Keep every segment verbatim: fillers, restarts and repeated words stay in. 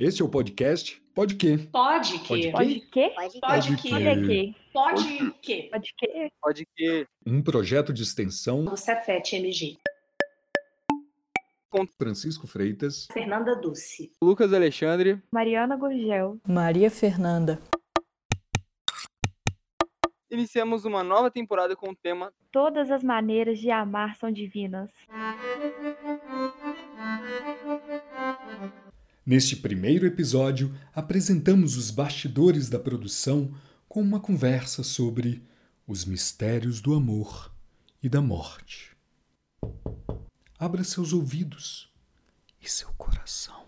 Este é o podcast Pode Quê? Pode Pode que. Pode quê? Pode Pode que. Pode quê? Pode que. Pode quê? Pode que. Um projeto de extensão Do Cefet M G. Francisco Freitas, Fernanda Dulce. Lucas Alexandre. Mariana Gurgel. Maria Fernanda. Iniciamos uma nova temporada com o tema Todas as maneiras de amar são divinas. Neste primeiro episódio, apresentamos os bastidores da produção com uma conversa sobre os mistérios do amor e da morte. Abra seus ouvidos e seu coração.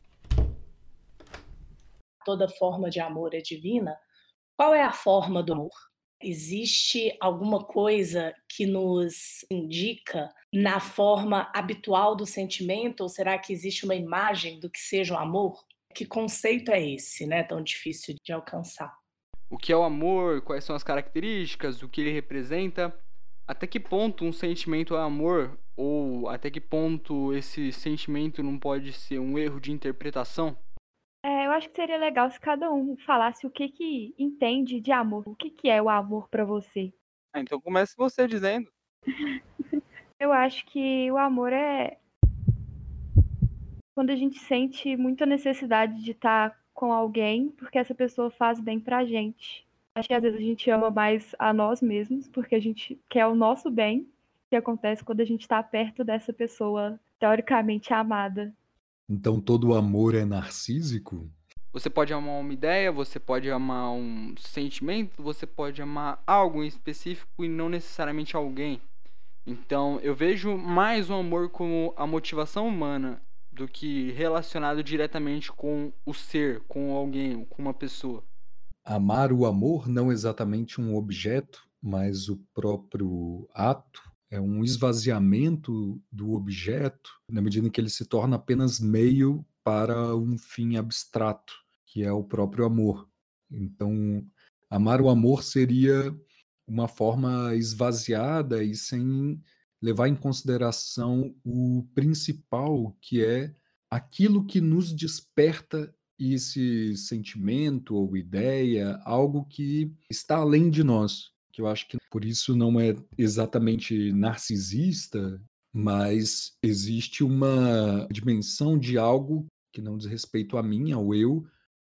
Toda forma de amor é divina. Qual é a forma do amor? Existe alguma coisa que nos indica na forma habitual do sentimento? Ou será que existe uma imagem do que seja o amor? Que conceito é esse, né? Tão difícil de alcançar. o que é o amor, quais são as características, o que ele representa, até que ponto um sentimento é amor, ou até que ponto esse sentimento não pode ser um erro de interpretação. É, eu acho que seria legal se cada um falasse o que que entende de amor. O que que é o amor pra você? Ah, então comece você dizendo. Eu acho que o amor é quando a gente sente muita necessidade de estar com alguém porque essa pessoa faz bem pra gente. Acho que às vezes a gente ama mais a nós mesmos porque a gente quer o nosso bem, que acontece quando a gente está perto dessa pessoa teoricamente amada. Então todo amor é narcísico? Você pode amar uma ideia, você pode amar um sentimento, você pode amar algo em específico e não necessariamente alguém. Então, eu vejo mais o amor como a motivação humana do que relacionado diretamente com o ser, com alguém, com uma pessoa. Amar o amor não exatamente um objeto, mas o próprio ato é um esvaziamento do objeto na medida em que ele se torna apenas meio para um fim abstrato, que é o próprio amor. Então, amar o amor seria uma forma esvaziada e sem levar em consideração o principal, que é aquilo que nos desperta esse sentimento ou ideia, algo que está além de nós, que eu acho que por isso não é exatamente narcisista, mas existe uma dimensão de algo que não diz respeito a mim, ao eu,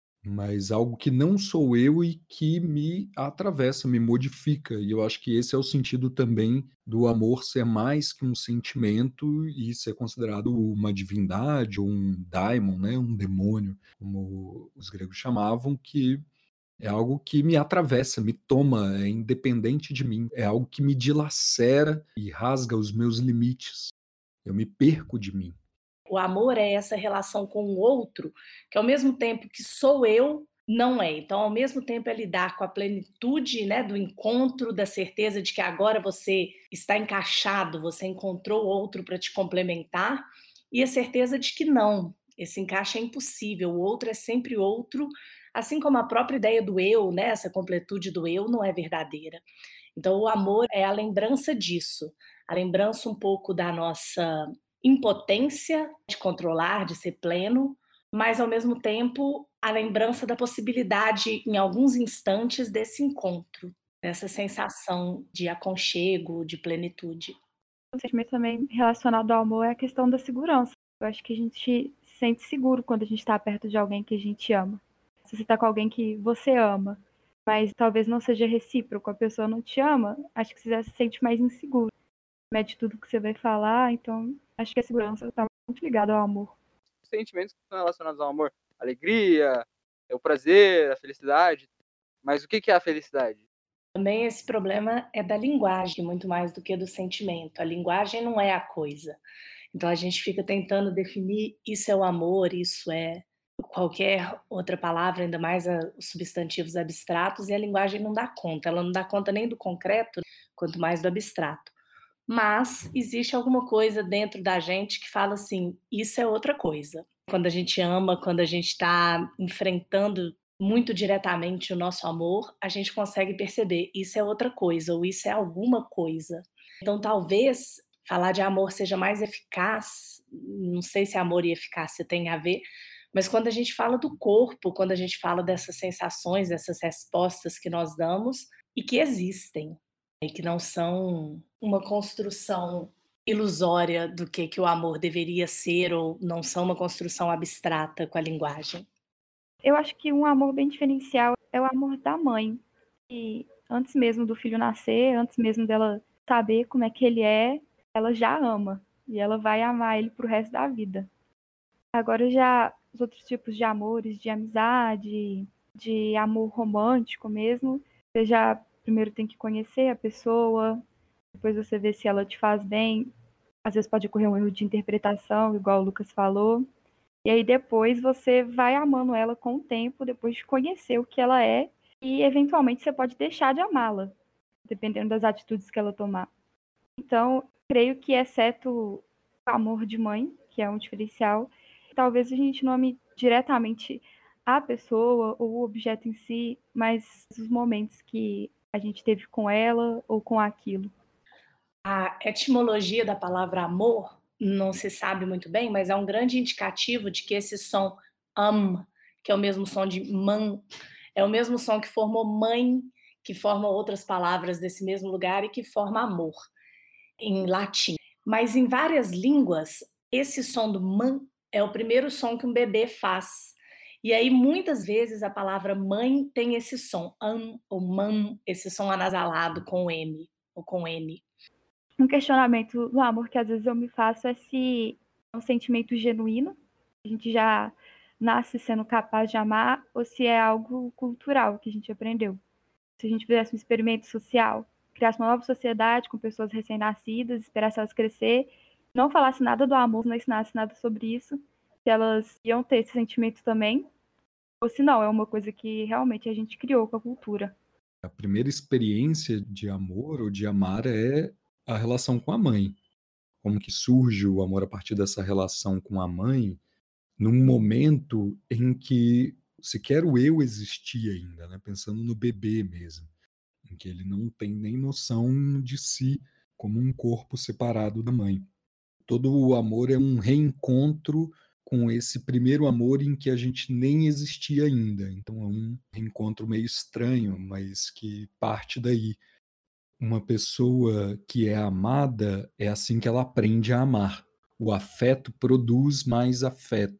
mas algo que não sou eu e que me atravessa, me modifica. E eu acho que esse é o sentido também do amor ser mais que um sentimento e ser considerado uma divindade ou um daimon, né, um demônio, como os gregos chamavam, que é algo que me atravessa, me toma, é independente de mim, é algo que me dilacera e rasga os meus limites. Eu me perco de mim. O amor é essa relação com o outro, que ao mesmo tempo que sou eu, não é. Então, ao mesmo tempo é lidar com a plenitude, né, do encontro, da certeza de que agora você está encaixado, você encontrou outro para te complementar, e a certeza de que não, esse encaixe é impossível, o outro é sempre outro, assim como a própria ideia do eu, né, essa completude do eu não é verdadeira. Então, o amor é a lembrança disso, a lembrança um pouco da nossa impotência de controlar, de ser pleno, mas ao mesmo tempo a lembrança da possibilidade, em alguns instantes, desse encontro, dessa sensação de aconchego, de plenitude. Um sentimento também relacionado ao amor é a questão da segurança. Eu acho que a gente se sente seguro quando a gente está perto de alguém que a gente ama. Se você está com alguém que você ama, mas talvez não seja recíproco, a pessoa não te ama, acho que você se sente mais inseguro. Mede tudo que você vai falar, então acho que a segurança está muito ligada ao amor. Os sentimentos que estão relacionados ao amor, a alegria, o prazer, a felicidade. Mas o que é a felicidade? Também esse problema é da linguagem, muito mais do que do sentimento. A linguagem não é a coisa. Então a gente fica tentando definir isso é o amor, isso é qualquer outra palavra, ainda mais a, os substantivos abstratos, e a linguagem não dá conta. Ela não dá conta nem do concreto, quanto mais do abstrato. Mas existe alguma coisa dentro da gente que fala assim, isso é outra coisa. Quando a gente ama, quando a gente está enfrentando muito diretamente o nosso amor, a gente consegue perceber, isso é outra coisa, ou isso é alguma coisa. Então talvez falar de amor seja mais eficaz, não sei se amor e eficácia tem a ver, Mas quando a gente fala do corpo, quando a gente fala dessas sensações, dessas respostas que nós damos e que existem, e que não são uma construção ilusória do que que o amor deveria ser ou não são uma construção abstrata com a linguagem. Eu acho que um amor bem diferencial é o amor da mãe. E antes mesmo do filho nascer, antes mesmo dela saber como é que ele é, ela já ama. E ela vai amar ele pro resto da vida. Agora já os outros tipos de amores, de amizade, de amor romântico mesmo, você já primeiro tem que conhecer a pessoa, depois você vê se ela te faz bem. Às vezes pode ocorrer um erro de interpretação, igual o Lucas falou. E aí depois você vai amando ela com o tempo, depois de conhecer o que ela é, e eventualmente você pode deixar de amá-la, dependendo das atitudes que ela tomar. Então, creio que exceto o amor de mãe, que é um diferencial, talvez a gente não ame diretamente a pessoa ou o objeto em si, mas os momentos que a gente teve com ela ou com aquilo. A etimologia da palavra amor não se sabe muito bem, mas é um grande indicativo de que esse som am, que é o mesmo som de man, é o mesmo som que formou mãe, que forma outras palavras desse mesmo lugar e que forma amor, em latim. Mas em várias línguas, esse som do man é o primeiro som que um bebê faz. E aí, muitas vezes, a palavra mãe tem esse som, am ou man, esse som anasalado com M ou com N. Um questionamento do amor que às vezes eu me faço é se é um sentimento genuíno, a gente já nasce sendo capaz de amar, ou se é algo cultural que a gente aprendeu. Se a gente fizesse um experimento social, criasse uma nova sociedade com pessoas recém-nascidas, esperasse elas crescer, não falasse nada do amor, não ensinasse nada sobre isso, se elas iam ter esse sentimento também, ou se não, é uma coisa que realmente a gente criou com a cultura. A primeira experiência de amor ou de amar é a relação com a mãe. Como que surge o amor a partir dessa relação com a mãe, num momento em que sequer o eu existia ainda, né? Pensando no bebê mesmo, em que ele não tem nem noção de si como um corpo separado da mãe. Todo o amor é um reencontro com esse primeiro amor em que a gente nem existia ainda. Então é um reencontro meio estranho, mas que parte daí. Uma pessoa que é amada é assim que ela aprende a amar. O afeto produz mais afeto.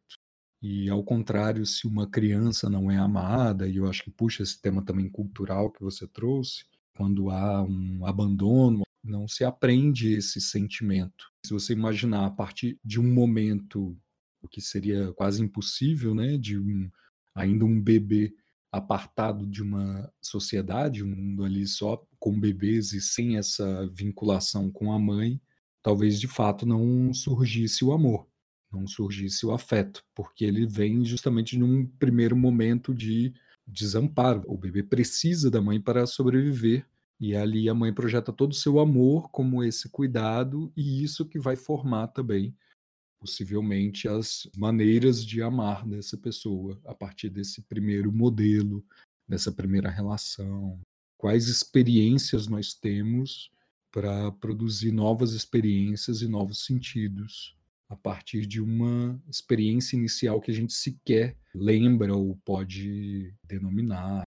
E ao contrário, se uma criança não é amada, e eu acho que puxa esse tema também cultural que você trouxe, quando há um abandono, não se aprende esse sentimento. Se você imaginar a partir de um momento, o que seria quase impossível, né, de um, ainda um bebê apartado de uma sociedade, um mundo ali só com bebês e sem essa vinculação com a mãe, talvez de fato não surgisse o amor, não surgisse o afeto, porque ele vem justamente num primeiro momento de desamparo. O bebê precisa da mãe para sobreviver, e ali a mãe projeta todo o seu amor como esse cuidado, e isso que vai formar também, possivelmente, as maneiras de amar dessa pessoa, a partir desse primeiro modelo, dessa primeira relação. Quais experiências nós temos para produzir novas experiências e novos sentidos, a partir de uma experiência inicial que a gente sequer lembra ou pode denominar.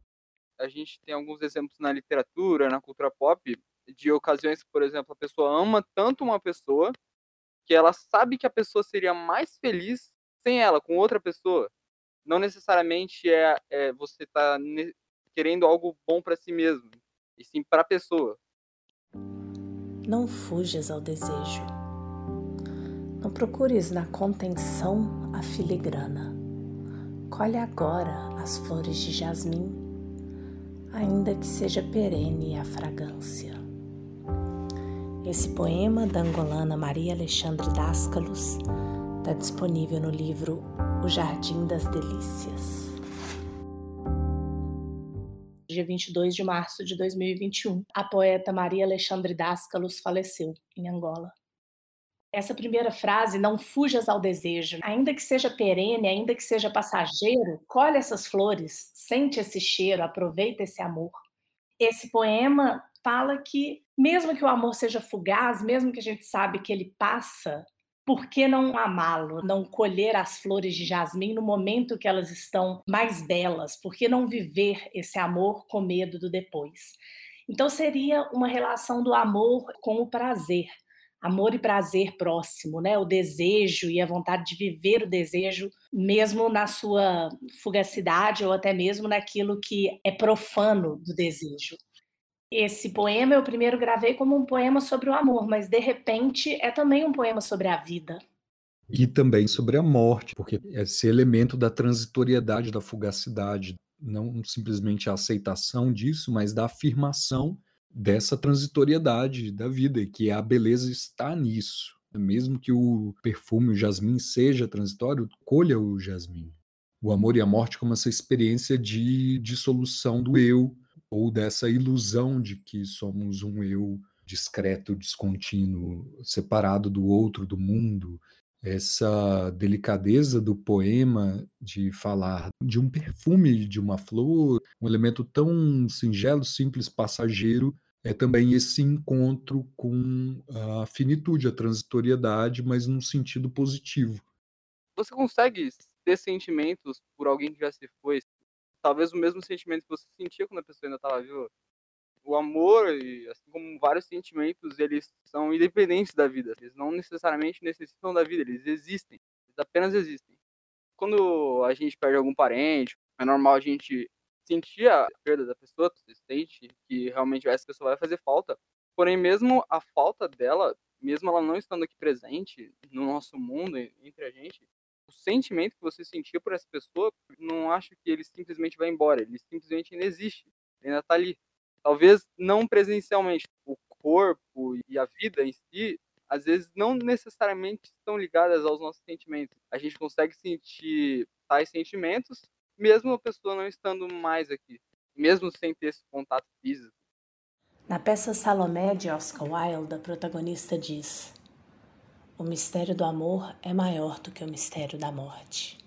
A gente tem alguns exemplos na literatura, na cultura pop, de ocasiões que, por exemplo, a pessoa ama tanto uma pessoa que ela sabe que a pessoa seria mais feliz sem ela, com outra pessoa. Não necessariamente é, é você tá ne- querendo algo bom para si mesmo, e sim para a pessoa. Não fujas ao desejo. Não procures na contenção a filigrana. Colhe agora as flores de jasmim, ainda que seja perene a fragrância. Esse poema da angolana Maria Alexandre Dáskalos está disponível no livro O Jardim das Delícias. Dia vinte e dois de março de dois mil e vinte e um, a poeta Maria Alexandre Dáskalos faleceu em Angola. Essa primeira frase, não fujas ao desejo, ainda que seja perene, ainda que seja passageiro, colhe essas flores, sente esse cheiro, aproveita esse amor. Esse poema fala que, mesmo que o amor seja fugaz, mesmo que a gente sabe que ele passa, por que não amá-lo? Não colher as flores de jasmim no momento que elas estão mais belas? Por que não viver esse amor com medo do depois? Então seria uma relação do amor com o prazer. Amor e prazer próximo, né? O desejo e a vontade de viver o desejo, mesmo na sua fugacidade ou até mesmo naquilo que é profano do desejo. Esse poema eu primeiro gravei como um poema sobre o amor, mas de repente é também um poema sobre a vida. E também sobre a morte, porque esse elemento da transitoriedade, da fugacidade, não simplesmente a aceitação disso, mas da afirmação dessa transitoriedade da vida, e que a beleza está nisso. Mesmo que o perfume, o jasmim, seja transitório, colha o jasmim. O amor e a morte como essa experiência de dissolução do eu, ou dessa ilusão de que somos um eu discreto, descontínuo, separado do outro, do mundo. Essa delicadeza do poema de falar de um perfume, de uma flor, um elemento tão singelo, simples, passageiro, é também esse encontro com a finitude, a transitoriedade, mas num sentido positivo. Você consegue ter sentimentos por alguém que já se foi? Talvez o mesmo sentimento que você sentia quando a pessoa ainda estava viva? O amor, e assim como vários sentimentos, eles são independentes da vida. Eles não necessariamente necessitam da vida, eles existem. Eles apenas existem. Quando a gente perde algum parente, é normal a gente sentir a perda da pessoa, você sente que realmente essa pessoa vai fazer falta. Porém, mesmo a falta dela, mesmo ela não estando aqui presente no nosso mundo, entre a gente, o sentimento que você sentia por essa pessoa, não acho que ele simplesmente vai embora. Ele simplesmente ainda existe. Ele ainda está ali. Talvez não presencialmente. O corpo e a vida em si, às vezes, não necessariamente estão ligadas aos nossos sentimentos. A gente consegue sentir tais sentimentos, mesmo a pessoa não estando mais aqui. Mesmo sem ter esse contato físico. Na peça Salomé, de Oscar Wilde, a protagonista diz: o mistério do amor é maior do que o mistério da morte.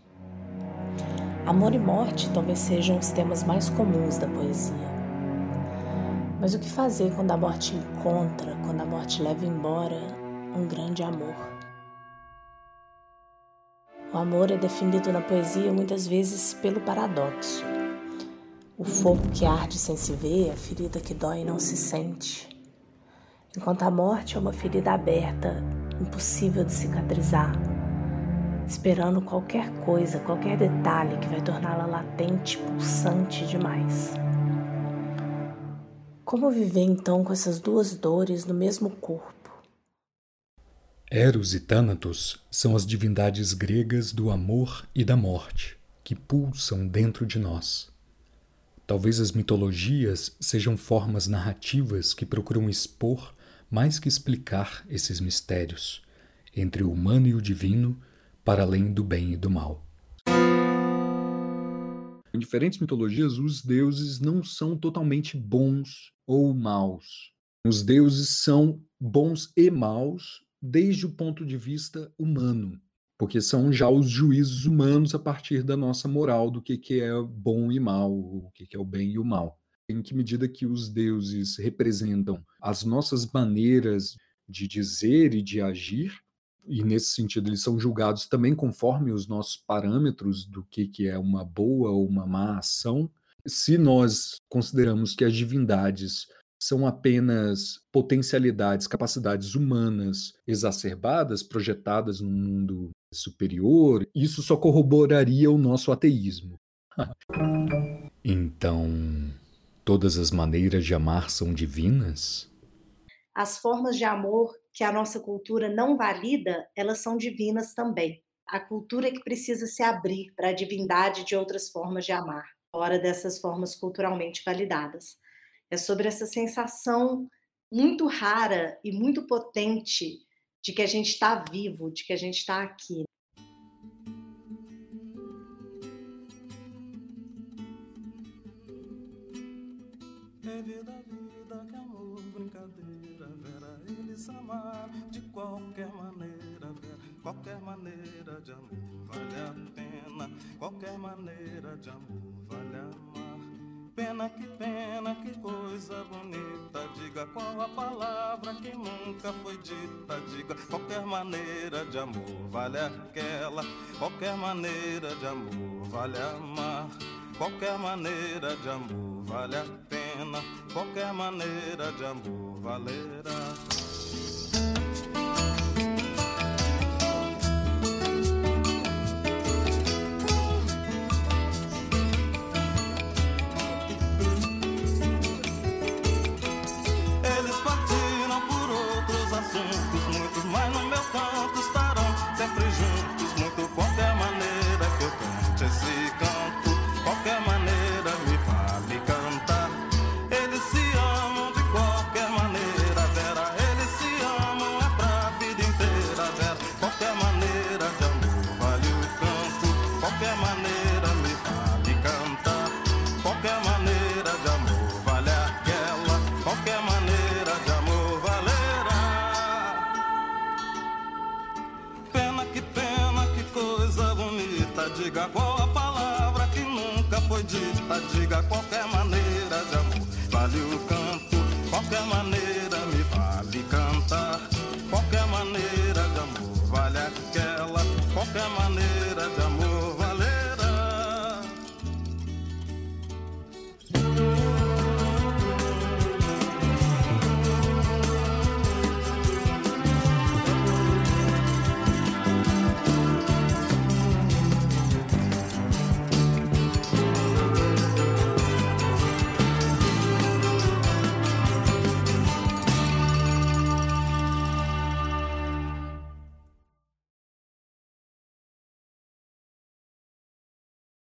Amor e morte talvez sejam os temas mais comuns da poesia. Mas o que fazer quando a morte encontra, quando a morte leva embora um grande amor? O amor é definido na poesia muitas vezes pelo paradoxo. O fogo que arde sem se ver, a ferida que dói e não se sente. Enquanto a morte é uma ferida aberta, impossível de cicatrizar, esperando qualquer coisa, qualquer detalhe que vai torná-la latente, pulsante demais. Como viver então com essas duas dores no mesmo corpo? Eros e Thanatos são as divindades gregas do amor e da morte, que pulsam dentro de nós. Talvez as mitologias sejam formas narrativas que procuram expor mais que explicar esses mistérios, entre o humano e o divino, para além do bem e do mal. Em diferentes mitologias, os deuses não são totalmente bons ou maus. Os deuses são bons e maus desde o ponto de vista humano, porque são já os juízos humanos a partir da nossa moral do que, que é bom e mal, o que, que é o bem e o mal. Em que medida que os deuses representam as nossas maneiras de dizer e de agir, e nesse sentido eles são julgados também conforme os nossos parâmetros do que, que é uma boa ou uma má ação. Se nós consideramos que as divindades são apenas potencialidades, capacidades humanas exacerbadas, projetadas num mundo superior, isso só corroboraria o nosso ateísmo. Então, todas as maneiras de amar são divinas? As formas de amor que a nossa cultura não valida, elas são divinas também. A cultura é que precisa se abrir para a divindade de outras formas de amar, fora dessas formas culturalmente validadas. É sobre essa sensação muito rara e muito potente de que a gente está vivo, de que a gente está aqui. É vida, vida, que amor, brincadeira, Vera, eles amaram de qualquer maneira, Vera, qualquer maneira de amor vale a pena, qualquer maneira de amor vale amar. Pena, que pena, que coisa bonita. Diga qual a palavra que nunca foi dita. Diga qualquer maneira de amor vale aquela. Qualquer maneira de amor vale amar. Qualquer maneira de amor vale a pena. Qualquer maneira de amor valerá. Muitos, mas no meu canto estarão sempre juntos. Muito qualquer maneira que eu cante esse canto, qualquer maneira me vale cantar. Eles se amam de qualquer maneira, Vera. Eles se amam é pra vida inteira, Vera. Qualquer maneira de amor vale o canto, qualquer maneira me vale cantar. Qualquer maneira de amor vale aquela, qualquer maneira de amor vale. Diga qual a palavra que nunca foi dita. Diga qualquer maneira de amor vale o canto, qualquer maneira